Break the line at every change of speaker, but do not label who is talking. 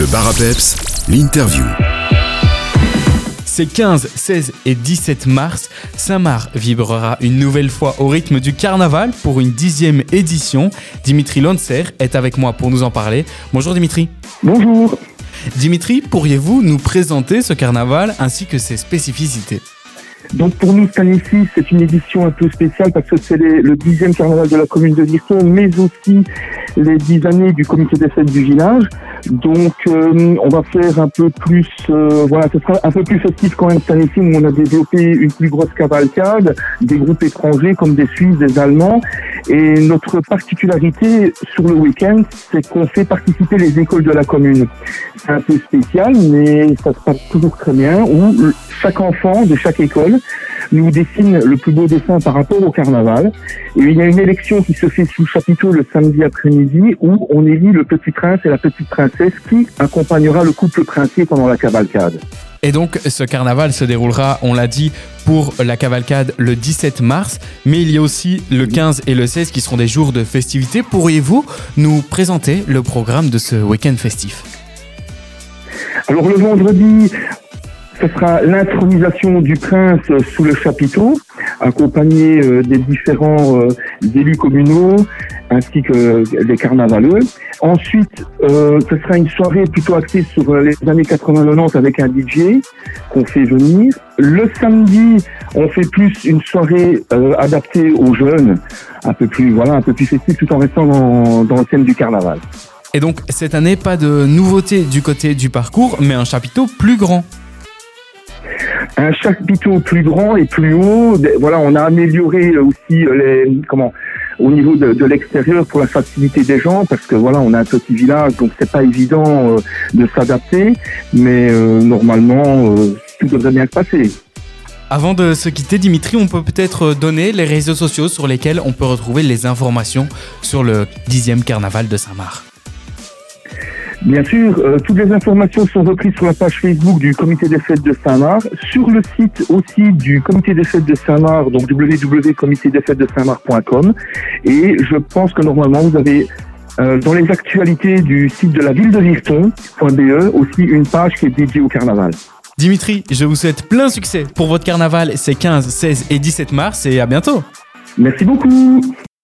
Le Bar à Peps, l'interview.
Ces 15, 16 et 17 mars, Saint-Marc vibrera une nouvelle fois au rythme du carnaval pour une 10e édition. Dimitri Lonser est avec moi pour nous en parler. Bonjour Dimitri.
Bonjour.
Dimitri, pourriez-vous nous présenter ce carnaval ainsi que ses spécificités ?
Donc pour nous, cette année-ci, c'est une édition un peu spéciale parce que c'est le 10e carnaval de la commune de Virton, mais aussi les 10 années du comité des fêtes du village. Donc on va faire un peu plus, ce sera un peu plus festif quand même cette année-ci où on a développé une plus grosse cavalcade, des groupes étrangers comme des Suisses, des Allemands. Et notre particularité sur le week-end, c'est qu'on fait participer les écoles de la commune. C'est un peu spécial, mais ça se passe toujours très bien, où chaque enfant de chaque école nous dessine le plus beau dessin par rapport au carnaval. Et il y a une élection qui se fait sous chapiteau le samedi après-midi, où on élit le petit prince et la petite princesse qui accompagnera le couple princier pendant la cavalcade.
Et donc, ce carnaval se déroulera, on l'a dit, pour la cavalcade le 17 mars, mais il y a aussi le 15 et le 16 qui seront des jours de festivités. Pourriez-vous nous présenter le programme de ce week-end festif ?
Alors le vendredi, ce sera l'intronisation du prince sous le chapiteau, accompagné des différents élus communaux ainsi que des carnavaleux. Ensuite, ce sera une soirée plutôt axée sur les années 80-90 avec un DJ qu'on fait venir. Le samedi, on fait plus une soirée adaptée aux jeunes, un peu plus festive tout en restant dans le thème du carnaval.
Et donc, cette année, pas de nouveauté du côté du parcours, mais un chapiteau plus grand.
Un chapiteau plus grand et plus haut. Voilà, on a amélioré aussi au niveau de l'extérieur pour la facilité des gens, parce que voilà, on a un petit village, donc c'est pas évident de s'adapter, mais normalement, tout devrait bien se passer.
Avant de se quitter, Dimitri, on peut peut-être donner les réseaux sociaux sur lesquels on peut retrouver les informations sur le 10e carnaval de Saint-Marc.
Bien sûr, toutes les informations sont reprises sur la page Facebook du comité des fêtes de Saint-Marc, sur le site aussi du comité des fêtes de Saint-Marc, donc www.comitédesfêtesdessaint-marc.com. Et je pense que normalement vous avez dans les actualités du site de la ville de Virton.be aussi une page qui est dédiée au carnaval.
Dimitri, je vous souhaite plein succès pour votre carnaval ces 15, 16 et 17 mars et à bientôt.
Merci beaucoup.